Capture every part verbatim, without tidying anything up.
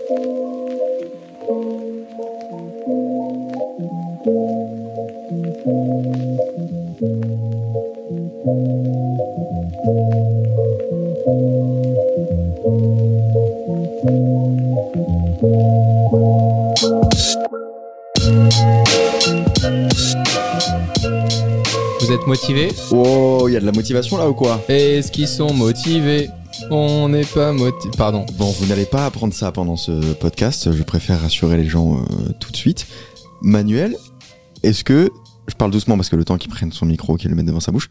Vous êtes motivés ? Oh, il y a de la motivation là ou quoi ? Est-ce qu'ils sont motivés ? On n'est pas motivés. Pardon. Bon, vous n'allez pas apprendre ça pendant ce podcast, je préfère rassurer les gens euh, tout de suite. Manuel, est-ce que... Je parle doucement parce que le temps qu'il prenne son micro, qu'il le mette devant sa bouche.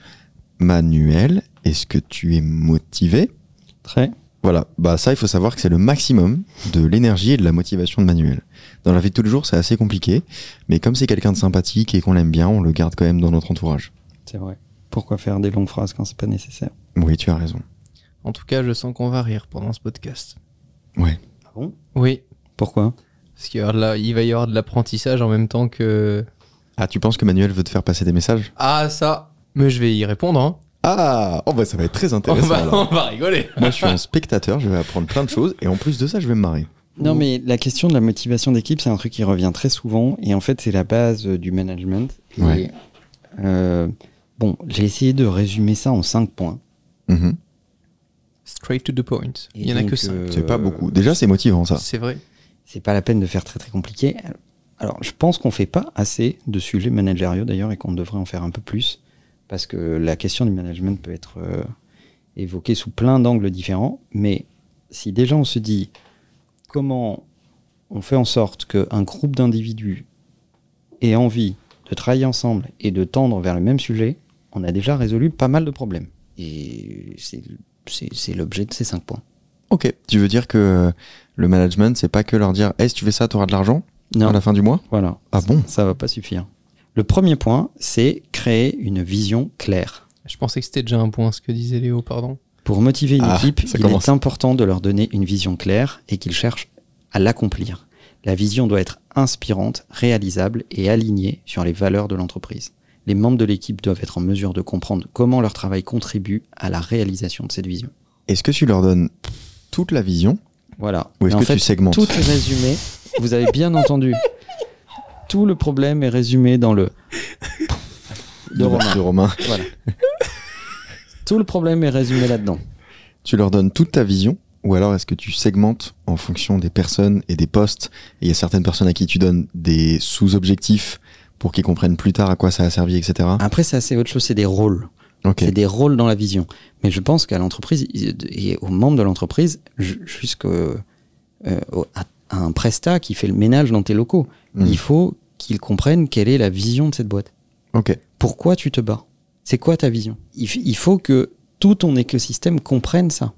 Manuel, est-ce que tu es motivé ? Très. Voilà, bah ça il faut savoir que c'est le maximum de l'énergie et de la motivation de Manuel. Dans la vie de tous les jours c'est assez compliqué, mais comme c'est quelqu'un de sympathique et qu'on l'aime bien, on le garde quand même dans notre entourage. C'est vrai. Pourquoi faire des longues phrases quand c'est pas nécessaire ? Oui, tu as raison. En tout cas, je sens qu'on va rire pendant ce podcast. Ouais. Ah bon ? Oui. Pourquoi ? Parce qu'il y aura de la... il va y avoir de l'apprentissage en même temps que... Ah, tu penses que Manuel veut te faire passer des messages ? Ah, ça. Mais je vais y répondre, hein. Ah, oh bah ça va être très On intéressant va, là. on va rigoler. Moi je suis un spectateur, je vais apprendre plein de choses et en plus de ça je vais me marrer. Non, mais la question de la motivation d'équipe, c'est un truc qui revient très souvent. Et en fait, c'est la base euh, du management. Et, Ouais. euh, bon, j'ai essayé de résumer ça en cinq points. Mhm. Straight to the point. Et Il y en a donc, que ça. euh, C'est pas beaucoup. Déjà c'est motivant ça. C'est vrai. C'est pas la peine de faire très très compliqué. Alors, je pense qu'on fait pas assez de sujets managériaux d'ailleurs et qu'on devrait en faire un peu plus. Parce que la question du management peut être euh, évoquée sous plein d'angles différents. Mais si déjà on se dit comment on fait en sorte qu'un groupe d'individus ait envie de travailler ensemble et de tendre vers le même sujet, on a déjà résolu pas mal de problèmes. Et c'est, c'est, c'est l'objet de ces cinq points. Ok. Tu veux dire que le management c'est pas que leur dire hey, si tu fais ça t'auras de l'argent Non, à la fin du mois ? voilà. Ah bon ? Ça va pas suffire. Le premier point, c'est créer une vision claire. Je pensais que c'était déjà un point, ce que disait Léo, pardon. Pour motiver une Ah, équipe, ça il commence. est important de leur donner une vision claire et qu'ils cherchent à l'accomplir. La vision doit être inspirante, réalisable et alignée sur les valeurs de l'entreprise. Les membres de l'équipe doivent être en mesure de comprendre comment leur travail contribue à la réalisation de cette vision. Est-ce que tu leur donnes toute la vision Voilà. ou est-ce Mais en que fait, tu segmentes ? tout est résumé. Vous avez bien entendu. Tout le problème est résumé dans le de Romain. De Romain. Voilà. Tout le problème est résumé là-dedans. Tu leur donnes toute ta vision ou alors est-ce que tu segmentes en fonction des personnes et des postes et il y a certaines personnes à qui tu donnes des sous-objectifs pour qu'ils comprennent plus tard à quoi ça a servi, et cetera. Après, c'est assez autre chose, c'est des rôles. Ok. C'est des rôles dans la vision. Mais je pense qu'à l'entreprise et aux membres de l'entreprise, jusqu'à euh, à un prestat qui fait le ménage dans tes locaux, Mmh. il faut qu'ils comprennent quelle est la vision de cette boîte. Ok. Pourquoi tu te bats ? C'est quoi ta vision ? il, f- il faut que tout ton écosystème comprenne ça.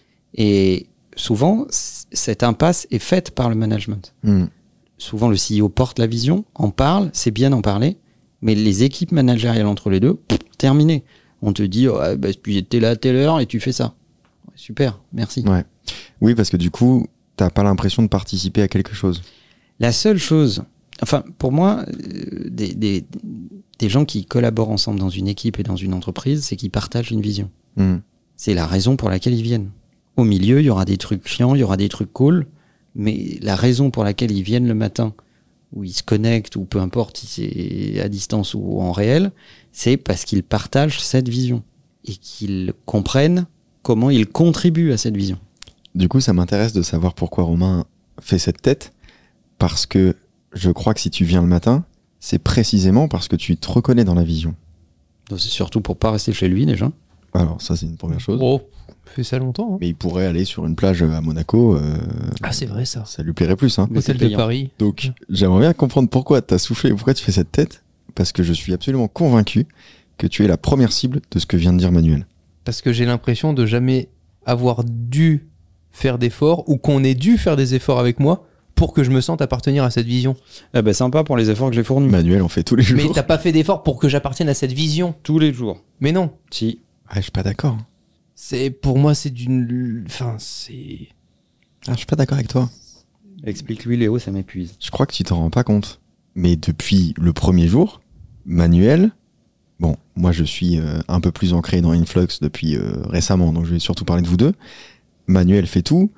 Et souvent, c- cette impasse est faite par le management. Hmm. Souvent, le C E O porte la vision, en parle, c'est bien d'en parler, mais les équipes managériales entre les deux, pff, terminé. On te dit, oh, bah, tu étais là à telle heure et tu fais ça. Super, merci. Ouais. Oui, parce que du coup, t'as pas l'impression de participer à quelque chose. La seule chose, enfin, pour moi, euh, des, des, des gens qui collaborent ensemble dans une équipe et dans une entreprise, c'est qu'ils partagent une vision. Hmm. C'est la raison pour laquelle ils viennent. Au milieu, il y aura des trucs chiants, il y aura des trucs cool, mais la raison pour laquelle ils viennent le matin, où ils se connectent, ou peu importe si c'est à distance ou en réel, c'est parce qu'ils partagent cette vision et qu'ils comprennent comment ils contribuent à cette vision. Du coup, ça m'intéresse de savoir pourquoi Romain fait cette tête, parce que je crois que si tu viens le matin, c'est précisément parce que tu te reconnais dans la vision. Donc c'est surtout pour pas rester chez lui déjà. Alors ça, c'est une première chose. Oh, fait ça longtemps. Hein. Mais il pourrait aller sur une plage à Monaco. Euh, Ah, c'est vrai ça. ça lui plairait plus. Hein. Mais c'est Hôtel de payant. Paris. Donc, j'aimerais bien comprendre pourquoi t'as soufflé, pourquoi tu fais cette tête, parce que je suis absolument convaincu que tu es la première cible de ce que vient de dire Manuel. Parce que j'ai l'impression de jamais avoir dû faire d'efforts ou qu'on ait dû faire des efforts avec moi pour que je me sente appartenir à cette vision. Eh ben sympa pour les efforts que j'ai fournis. Manuel en fait tous les jours. Mais t'as pas fait d'efforts pour que j'appartienne à cette vision. Tous les jours. Mais non. Si. Ah, je suis pas d'accord. C'est, pour moi, c'est d'une... Enfin, c'est... Ah, je suis pas d'accord avec toi. Explique-lui Léo, ça m'épuise. Je crois que tu t'en rends pas compte. Mais depuis le premier jour, Manuel, bon, moi je suis euh, un peu plus ancré dans Influx depuis euh, récemment, donc je vais surtout parler de vous deux. Manuel fait tout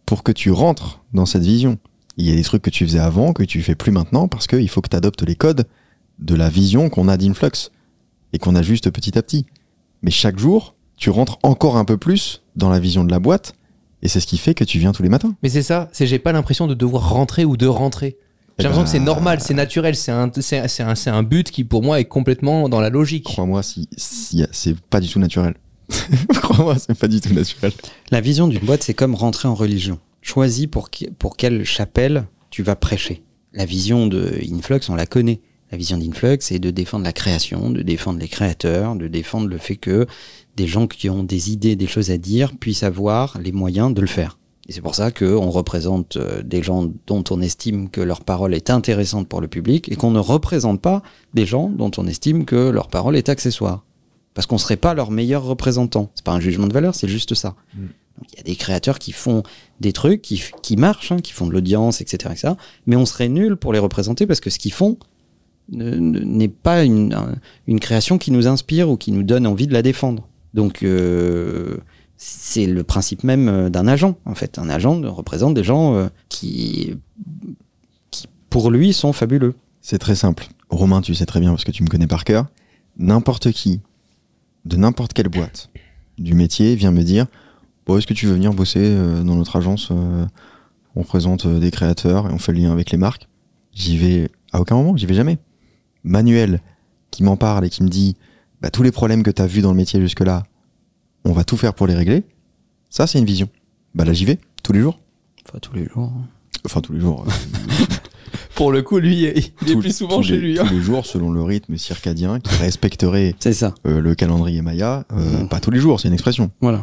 pour que tu rentres dans cette vision. Il y a des trucs que tu faisais avant, que tu fais plus maintenant, parce qu'il faut que tu adoptes les codes de la vision qu'on a d'Influx et qu'on ajuste petit à petit. Mais chaque jour, tu rentres encore un peu plus dans la vision de la boîte et c'est ce qui fait que tu viens tous les matins. Mais c'est ça, c'est j'ai pas l'impression de devoir rentrer ou de rentrer. J'ai Eh l'impression ben, que c'est normal, c'est naturel, c'est un, c'est, c'est, un, c'est un but qui pour moi est complètement dans la logique. Crois-moi, si, si, c'est pas du tout naturel. Crois-moi, c'est pas du tout naturel. La vision d'une boîte, c'est comme rentrer en religion. Choisis pour, qui- pour quelle chapelle tu vas prêcher. La vision de Influx, on la connaît. La vision d'Influx, c'est de défendre la création, de défendre les créateurs, de défendre le fait que des gens qui ont des idées, des choses à dire, puissent avoir les moyens de le faire. Et c'est pour ça qu'on représente euh, des gens dont on estime que leur parole est intéressante pour le public et qu'on ne représente pas des gens dont on estime que leur parole est accessoire. Parce qu'on ne serait pas leur meilleur représentant. C'est pas un jugement de valeur, c'est juste ça. Mm. Donc, il y a des créateurs qui font des trucs, qui, f- qui marchent, hein, qui font de l'audience, et cetera, et cetera. Mais on serait nul pour les représenter parce que ce qu'ils font ne- ne- n'est pas une, un- une création qui nous inspire ou qui nous donne envie de la défendre. Donc, euh, c'est le principe même euh, d'un agent, en fait. Un agent représente des gens euh, qui, qui, pour lui, sont fabuleux. C'est très simple. Romain, tu sais très bien parce que tu me connais par cœur. N'importe qui, de n'importe quelle boîte du métier, vient me dire bon, est-ce que tu veux venir bosser euh, dans notre agence euh, on présente euh, des créateurs et on fait le lien avec les marques. J'y vais à aucun moment, j'y vais jamais. Manuel, qui m'en parle et qui me dit bah, tous les problèmes que tu as vus dans le métier jusque-là, on va tout faire pour les régler. Ça, c'est une vision. Bah là, j'y vais, tous les jours. Enfin, tous les jours. Enfin, tous les jours. euh, Pour le coup, lui, il est tous- plus souvent tous chez les- lui. hein. Tous les jours, selon le rythme circadien, qui respecterait C'est ça. euh, le calendrier Maya. Euh, Mm. Pas tous les jours, c'est une expression. Voilà.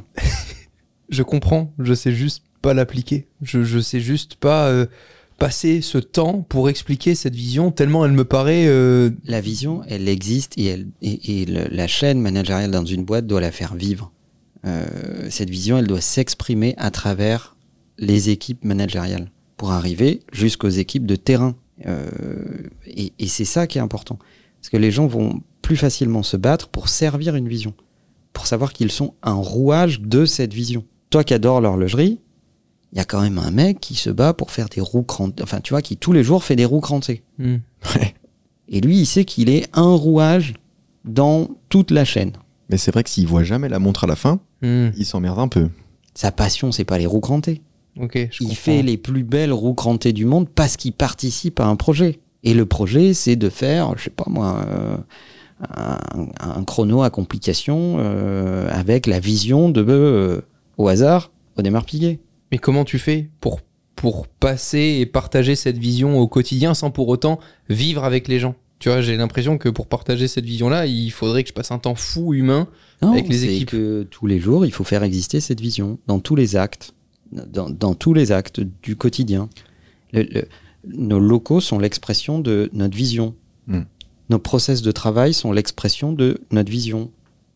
Je comprends, je sais juste pas l'appliquer. Je, je sais juste pas euh, passer ce temps pour expliquer cette vision tellement elle me paraît... euh, La vision, elle existe et, elle, et, et le- la chaîne managériale dans une boîte doit la faire vivre. Euh, cette vision, elle doit s'exprimer à travers les équipes managériales pour arriver jusqu'aux équipes de terrain. Euh, et et c'est ça qui est important. Parce que les gens vont plus facilement se battre pour servir une vision, pour savoir qu'ils sont un rouage de cette vision. Toi qui adores l'horlogerie, il y a quand même un mec qui se bat pour faire des roues crantées, enfin tu vois, qui tous les jours fait des roues crantées. hmm. Et lui, il sait qu'il est un rouage dans toute la chaîne. Mais c'est vrai que s'il voit jamais la montre à la fin, Hmm. il s'emmerde un peu. Sa passion, c'est pas les roues crantées. Ok, je Il comprends. fait les plus belles roues crantées du monde parce qu'il participe à un projet. Et le projet, c'est de faire, je sais pas moi, euh, un, un chrono à complication euh, avec la vision de, euh, au hasard, Audemars Piguet. Mais comment tu fais pour, pour passer et partager cette vision au quotidien sans pour autant vivre avec les gens? Tu vois, j'ai l'impression que pour partager cette vision-là, il faudrait que je passe un temps fou humain. Non, Avec les c'est équipes. que tous les jours, il faut faire exister cette vision dans tous les actes, dans, dans tous les actes du quotidien. Le- le- nos locaux sont l'expression de notre vision. Mm. Nos process de travail sont l'expression de notre vision.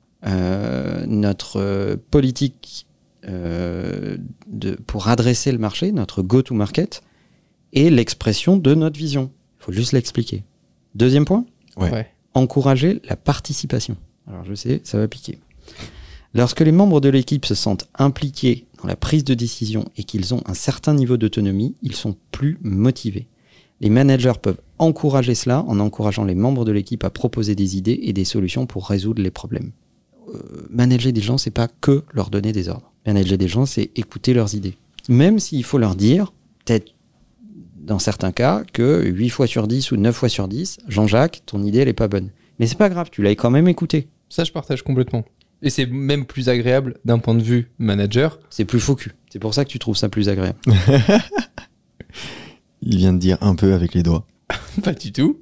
Euh, notre euh, politique euh, de, pour adresser le marché, notre go-to-market, est l'expression de notre vision. Il faut juste l'expliquer. Deuxième point, Ouais. encourager la participation. Alors je sais, ça va piquer. Lorsque les membres de l'équipe se sentent impliqués dans la prise de décision et qu'ils ont un certain niveau d'autonomie, ils sont plus motivés. Les managers peuvent encourager cela en encourageant les membres de l'équipe à proposer des idées et des solutions pour résoudre les problèmes. Euh, manager des gens, c'est pas que leur donner des ordres. Manager des gens, c'est écouter leurs idées. Même s'il faut leur dire, peut-être dans certains cas, que huit fois sur dix ou neuf fois sur dix, Jean-Jacques, ton idée, elle est pas bonne. Mais c'est pas grave, tu l'as quand même écouté. Ça, je partage complètement. Et c'est même plus agréable d'un point de vue manager. C'est plus faux cul. C'est pour ça que tu trouves ça plus agréable. Il vient de dire un peu avec les doigts. Pas du tout.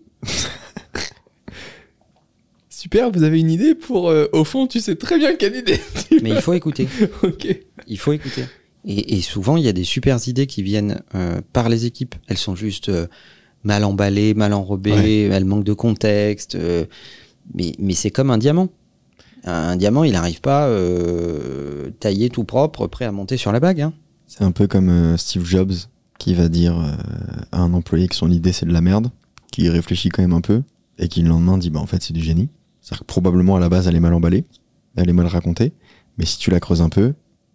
Super, vous avez une idée pour... euh, au fond, tu sais très bien quelle idée. Mais il faut écouter. Ok. Il faut écouter. Et, et souvent, il y a des super idées qui viennent euh, par les équipes. Elles sont juste euh, mal emballées, mal enrobées, Ouais. elles manquent de contexte. euh, mais mais c'est comme un diamant. Un diamant, il n'arrive pas euh, taillé tout propre, prêt à monter sur la bague. Hein. C'est un peu comme euh, Steve Jobs qui va dire euh, à un employé que son idée c'est de la merde, qui réfléchit quand même un peu et qui le lendemain dit bah en fait c'est du génie. C'est-à-dire que probablement à la base elle est mal emballée, elle est mal racontée, mais si tu la creuses un peu,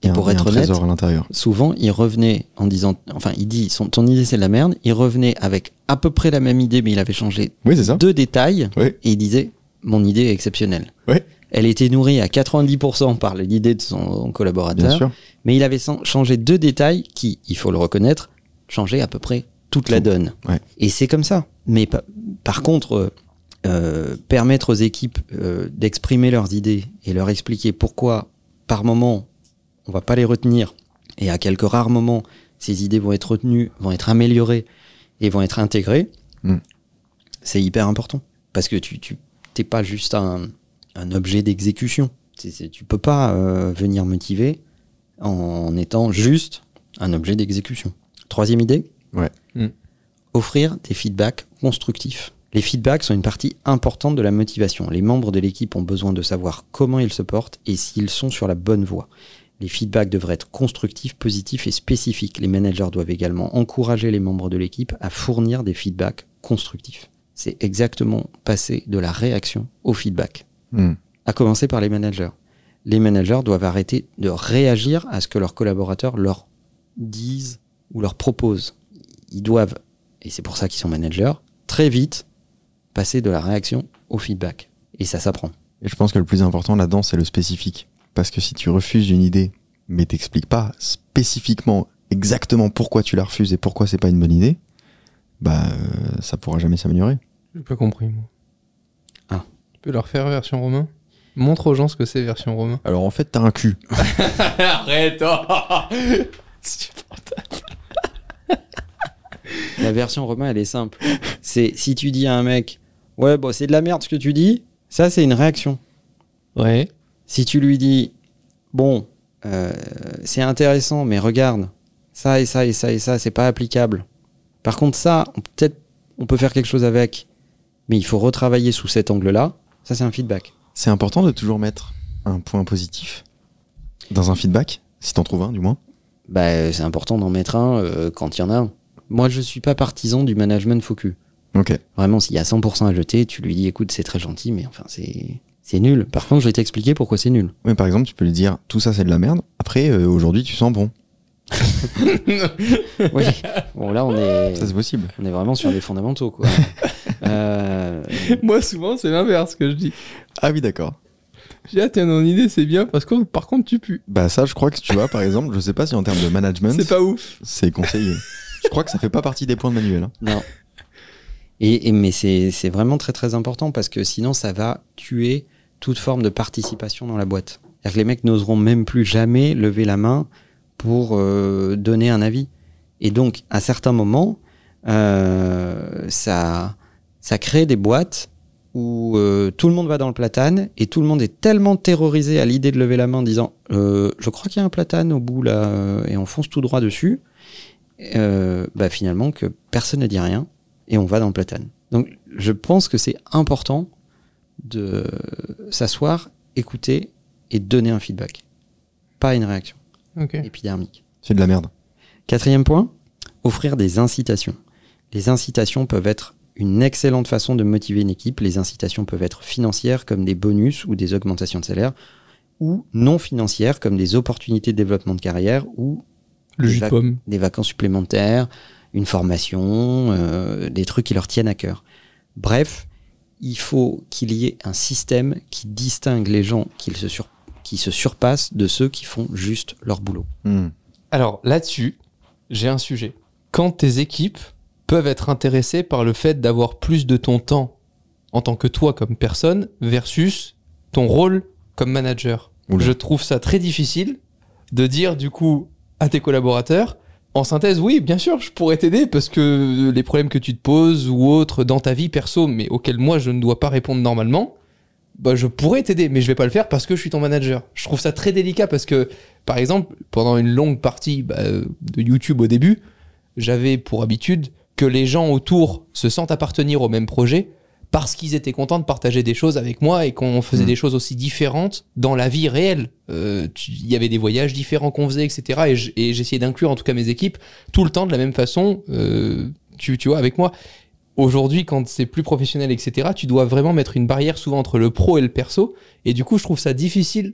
Et Il y a un- pour il y a être un honnête, trésor à l'intérieur. souvent, il revenait en disant, enfin, il dit, son, ton idée c'est de la merde. Il revenait avec à peu près la même idée, mais il avait changé Oui, c'est ça. deux détails. Oui. Et il disait, mon idée est exceptionnelle. Oui. Elle était nourrie à quatre-vingt-dix pour cent par l'idée de son collaborateur. Bien sûr. Mais il avait san- changé deux détails qui, il faut le reconnaître, changeaient à peu près toute la Tout. donne. Ouais. Et c'est comme ça. Mais pa- par contre, euh, euh, permettre aux équipes euh, d'exprimer leurs idées et leur expliquer pourquoi, par moment, on va pas les retenir, et à quelques rares moments, ces idées vont être retenues, vont être améliorées et vont être intégrées, Mm. c'est hyper important. Parce que tu, tu t'es pas juste un, un objet d'exécution. C'est, c'est, tu peux pas euh, venir motiver en étant juste un objet d'exécution. Troisième idée. Ouais. Mm. Offrir des feedbacks constructifs. Les feedbacks sont une partie importante de la motivation. Les membres de l'équipe ont besoin de savoir comment ils se portent et s'ils sont sur la bonne voie. Les feedbacks devraient être constructifs, positifs et spécifiques. Les managers doivent également encourager les membres de l'équipe à fournir des feedbacks constructifs. C'est exactement passer de la réaction au feedback. Mm. À commencer par les managers. Les managers doivent arrêter de réagir à ce que leurs collaborateurs leur disent ou leur proposent. Ils doivent, et c'est pour ça qu'ils sont managers, très vite passer de la réaction au feedback. Et ça s'apprend. Et je pense que le plus important là-dedans, c'est le spécifique. Parce que si tu refuses une idée, mais t'expliques pas spécifiquement exactement pourquoi tu la refuses et pourquoi c'est pas une bonne idée, bah euh, ça pourra jamais s'améliorer. J'ai pas compris, moi. Ah. Tu peux leur faire version romain? Montre aux gens ce que c'est version romain. Alors en fait, t'as un cul. Arrête oh La version romain, elle est simple. C'est si tu dis à un mec, ouais, bon, c'est de la merde ce que tu dis, ça c'est une réaction. Ouais. Si tu lui dis, bon, euh, c'est intéressant, mais regarde, ça et ça et ça et ça, c'est pas applicable. Par contre, ça, on- peut-être on peut faire quelque chose avec, mais il faut retravailler sous cet angle-là. Ça, c'est un feedback. C'est important de toujours mettre un point positif dans un feedback, si t'en trouves un du moins. Bah, c'est important d'en mettre un euh, quand il y en a un. Moi, je suis pas partisan du management focus. Ok. Vraiment, s'il y a cent pour cent à jeter, tu lui dis, écoute, c'est très gentil, mais enfin, c'est c'est nul. Par contre, je vais t'expliquer pourquoi c'est nul. Mais par exemple, tu peux lui dire tout ça c'est de la merde. Après, euh, aujourd'hui, tu sens bon. Oui. Bon, là, on est, Ça c'est possible. on est vraiment sur les fondamentaux, quoi. euh, Moi, souvent, c'est l'inverse que je dis. Ah oui, d'accord. J'ai ah, tiens, ton idée, c'est bien, parce que par contre, tu pues. Bah ça, je crois que tu vois, par exemple, je sais pas si en termes de management, C'est pas ouf. c'est conseillé. Je crois que ça fait pas partie des points de manuel. Hein. Non. Et, et- mais c'est c'est vraiment très très important parce que sinon ça va tuer toute forme de participation dans la boîte. C'est-à-dire que les mecs n'oseront même plus jamais lever la main pour euh, donner un avis. Et donc à certains moments, euh, ça, ça crée des boîtes où euh, tout le monde va dans le platane et tout le monde est tellement terrorisé à l'idée de lever la main en disant euh, je crois qu'il y a un platane au bout là euh, et on fonce tout droit dessus. Euh, bah finalement que personne ne dit rien et on va dans le platane. Donc je pense que c'est important de s'asseoir, écouter et donner un feedback, pas une réaction Ok. épidermique. C'est de la merde. Quatrième point, offrir des incitations. Les incitations peuvent être une excellente façon de motiver une équipe. Les incitations peuvent être financières comme des bonus ou des augmentations de salaire ou non financières comme des opportunités de développement de carrière ou Le des jus de vac- pomme. des vacances supplémentaires, une formation, euh, des trucs qui leur tiennent à cœur. Bref, il faut qu'il y ait un système qui distingue les gens qui se, sur- qui se surpassent de ceux qui font juste leur boulot. Hmm. Alors là-dessus, j'ai un sujet. Quand tes équipes peuvent être intéressées par le fait d'avoir plus de ton temps en tant que toi comme personne versus ton rôle comme manager. Oula. Je trouve ça très difficile de dire du coup à tes collaborateurs, en synthèse, oui, bien sûr, je pourrais t'aider parce que les problèmes que tu te poses ou autres dans ta vie perso, mais auxquels moi je ne dois pas répondre normalement, bah je pourrais t'aider, mais je vais pas le faire parce que je suis ton manager. Je trouve ça très délicat parce que, par exemple, pendant une longue partie bah, euh, de YouTube au début, j'avais pour habitude que les gens autour se sentent appartenir au même projet parce qu'ils étaient contents de partager des choses avec moi et qu'on faisait Mmh. des choses aussi différentes dans la vie réelle. Euh, tu- Il y avait des voyages différents qu'on faisait, et cetera. Et j- et j'essayais d'inclure en tout cas mes équipes tout le temps de la même façon, euh, tu, tu vois, avec moi. Aujourd'hui, quand c'est plus professionnel, et cetera, tu dois vraiment mettre une barrière souvent entre le pro et le perso. Et du coup, je trouve ça difficile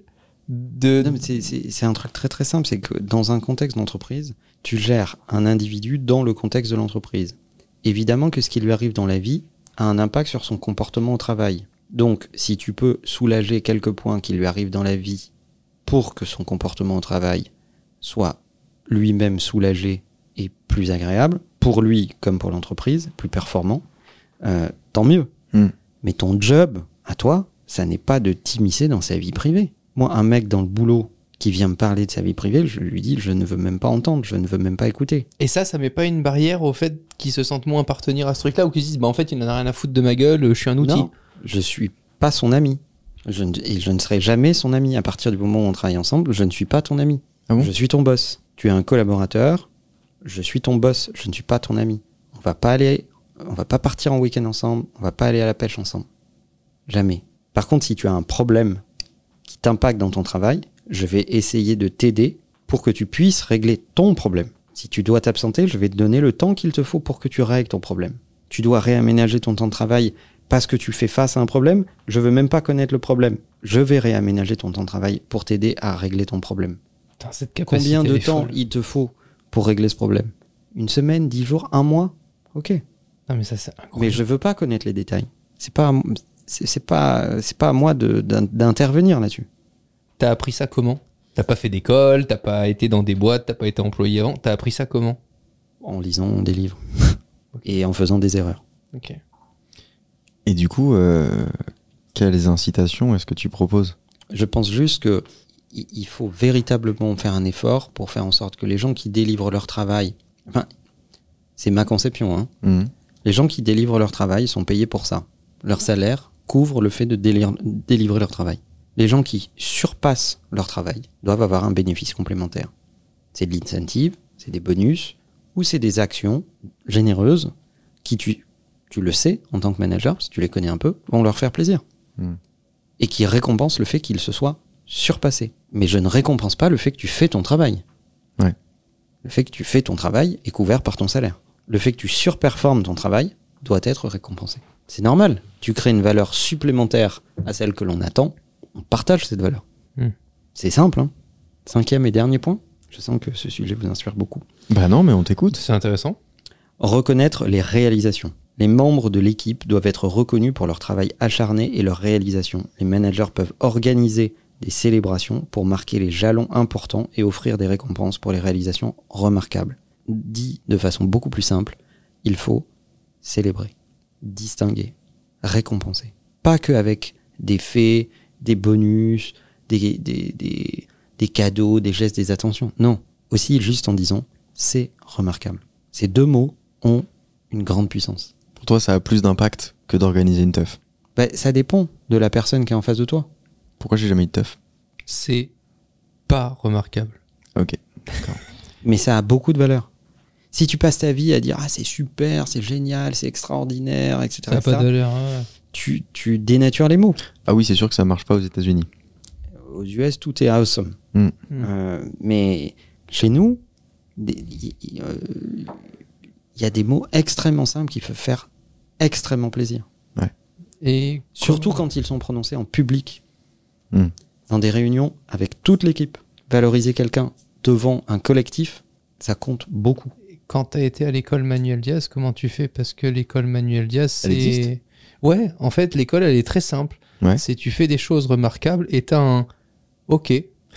de... Non, mais c'est, c'est, c'est un truc très très simple, c'est que dans un contexte d'entreprise, tu gères un individu dans le contexte de l'entreprise. Évidemment que ce qui lui arrive dans la vie a un impact sur son comportement au travail. Donc, si tu peux soulager quelques points qui lui arrivent dans la vie pour que son comportement au travail soit lui-même soulagé et plus agréable, pour lui comme pour l'entreprise, plus performant, euh, tant mieux. Mm. Mais ton job, à toi, ça n'est pas de t'immiscer dans sa vie privée. Moi, un mec dans le boulot qui vient me parler de sa vie privée, je lui dis, je ne veux même pas entendre, je ne veux même pas écouter. Et ça, ça met pas une barrière au fait qu'ils se sentent moins appartenir à ce truc-là, ou qu'ils se disent, bah en fait, il n'en a rien à foutre de ma gueule, je suis un outil. Non, je suis pas son ami. Je ne, et je ne serai jamais son ami. À partir du moment où on travaille ensemble, je ne suis pas ton ami. Ah bon ? Je suis ton boss. Tu es un collaborateur, je suis ton boss, je ne suis pas ton ami. On va pas aller, on va pas partir en week-end ensemble, on va pas aller à la pêche ensemble. Jamais. Par contre, si tu as un problème qui t'impacte dans ton travail, je vais essayer de t'aider pour que tu puisses régler ton problème. Si tu dois t'absenter, je vais te donner le temps qu'il te faut pour que tu règles ton problème. Tu dois réaménager ton temps de travail parce que tu fais face à un problème, je veux même pas connaître le problème. Je vais réaménager ton temps de travail pour t'aider à régler ton problème. Putain, cette capacité, Combien de elle est temps folle. il te faut pour régler ce problème ? Une semaine, dix jours, un mois ? Ok. Non, mais ça, c'est incroyable. Mais je veux pas connaître les détails. C'est pas, à- c'est, c'est pas, c'est pas à moi de, d'in- d'intervenir là-dessus. T'as appris ça comment ? T'as pas fait d'école, t'as pas été dans des boîtes, t'as pas été employé avant. T'as appris ça comment ? En lisant des livres. Et en faisant des erreurs. Ok. Et du coup, euh, quelles incitations est-ce que tu proposes ? Je pense juste que i- il faut véritablement faire un effort pour faire en sorte que les gens qui délivrent leur travail, enfin, c'est ma conception, hein. Mhm. Les gens qui délivrent leur travail sont payés pour ça. Leur salaire couvre le fait de délire- délivrer leur travail. Les gens qui surpassent leur travail doivent avoir un bénéfice complémentaire. C'est de l'incentive, c'est des bonus, ou c'est des actions généreuses qui, tu, tu le sais en tant que manager, si tu les connais un peu, vont leur faire plaisir. Mhm. Et qui récompensent le fait qu'ils se soient surpassés. Mais je ne récompense pas le fait que tu fais ton travail. Ouais. Le fait que tu fais ton travail est couvert par ton salaire. Le fait que tu surperformes ton travail doit être récompensé. C'est normal. Tu crées une valeur supplémentaire à celle que l'on attend. On partage cette valeur. Hmm. C'est simple. Hein. Cinquième et dernier point. Je sens que ce sujet vous inspire beaucoup. Bah non, mais on t'écoute. C'est intéressant. Reconnaître les réalisations. Les membres de l'équipe doivent être reconnus pour leur travail acharné et leurs réalisations. Les managers peuvent organiser des célébrations pour marquer les jalons importants et offrir des récompenses pour les réalisations remarquables. Dit de façon beaucoup plus simple, il faut célébrer, distinguer, récompenser. Pas que avec des faits, des bonus, des, des, des, des cadeaux, des gestes, des attentions. Non, aussi juste en disant « c'est remarquable ». Ces deux mots ont une grande puissance. Pour toi, ça a plus d'impact que d'organiser une teuf. Bah, ça dépend de la personne qui est en face de toi. Pourquoi j'ai jamais eu de teuf ? C'est pas remarquable. Ok, d'accord. Mais ça a beaucoup de valeur. Si tu passes ta vie à dire « ah c'est super, c'est génial, c'est extraordinaire », et cetera, Ça n'a pas de et cetera, valeur. hein. tu, tu dénatures les mots. Ah oui, c'est sûr que ça marche pas aux États-Unis. Aux U S, tout est awesome. Mm. Mm. Euh, mais chez nous, il y, euh, y a des mots extrêmement simples qui peuvent faire extrêmement plaisir. Et Surtout comment- quand ils sont prononcés en public. Mm. Dans des réunions avec toute l'équipe. Valoriser quelqu'un devant un collectif, ça compte beaucoup. Quand t'as été à l'école Manuel Diaz, comment tu fais ? Parce que l'école Manuel Diaz, Elle c'est... existe ? Ouais, en fait, l'école, elle est très simple. Ouais. C'est tu fais des choses remarquables et t'as un OK.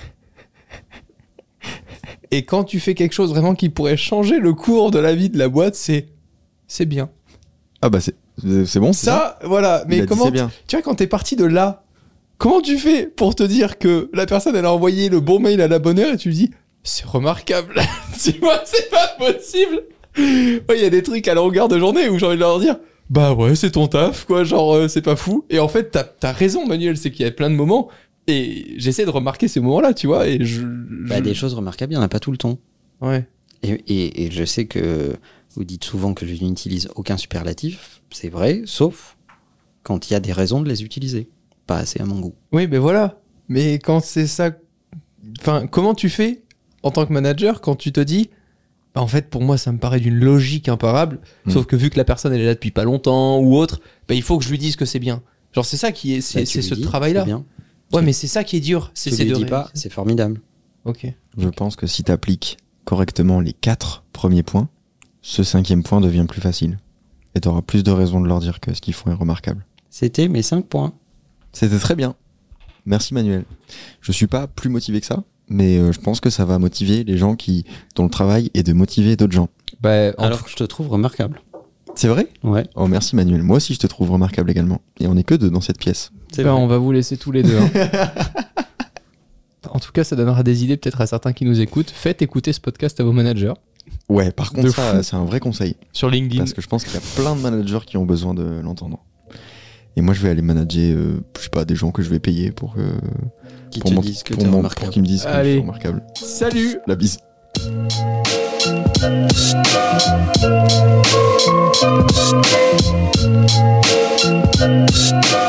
Et quand tu fais quelque chose vraiment qui pourrait changer le cours de la vie de la boîte, c'est c'est bien. Ah bah c'est c'est bon, c'est ça. Ça, voilà. Il Mais a dit, comment c'est bien. tu vois, quand t'es parti de là, comment tu fais pour te dire que la personne, elle a envoyé le bon mail à la bonne heure et tu lui dis c'est remarquable. Tu vois, c'est pas possible. Ouais, il y a des trucs à longueur de journée où j'ai envie de leur dire bah ouais, c'est ton taf, quoi, genre euh, c'est pas fou. Et en fait, t'as t'as raison, Manuel, c'est qu'il y a plein de moments et j'essaie de remarquer ces moments-là, tu vois, et je. Bah, je- des choses remarquables, il n'y en a pas tout le temps. Ouais. Et, et, et je sais que vous dites souvent que je n'utilise aucun superlatif. C'est vrai, sauf quand il y a des raisons de les utiliser. Pas assez à mon goût. Oui, mais voilà. Mais quand c'est ça. Enfin, comment tu fais en tant que manager quand tu te dis bah, en fait, pour moi, ça me paraît d'une logique imparable. Mm. Sauf que vu que la personne, elle est là depuis pas longtemps ou autre, bah, il faut que je lui dise que c'est bien. Genre, c'est ça qui est. C'est Bah, tu c'est lui ce dis, travail-là. c'est bien. Ouais, mais c'est ça qui est dur. C'est, Tu c'est lui de dis ré- pas, c'est formidable. Ok. Je pense que si tu appliques correctement les quatre premiers points, ce cinquième point devient plus facile. Et tu auras plus de raisons de leur dire que ce qu'ils font est remarquable. C'était mes cinq points. C'était très bien. Merci Manuel. Je suis pas plus motivé que ça, mais euh, je pense que ça va motiver les gens qui, dont le travail est de motiver d'autres gens. Bah, en Alors tout- que je te trouve remarquable. C'est vrai ? Ouais, Oh merci Manuel. Moi aussi je te trouve remarquable également. Et on est que deux dans cette pièce. c'est bah, vrai. on va vous laisser tous les deux. hein. En tout cas, ça donnera des idées peut-être à certains qui nous écoutent. Faites écouter ce podcast à vos managers Ouais, par contre De ça fou. c'est un vrai conseil. sur LinkedIn. Parce que je pense qu'il y a plein de managers qui ont besoin de l'entendre. Et moi je vais aller manager, euh, je sais pas, des gens que je vais payer pour, que, Qui pour, te mon- disent que pour, t'es mon- remarquable. pour qu'ils me disent que je Allez. suis remarquable. Salut. La bise. Thank you.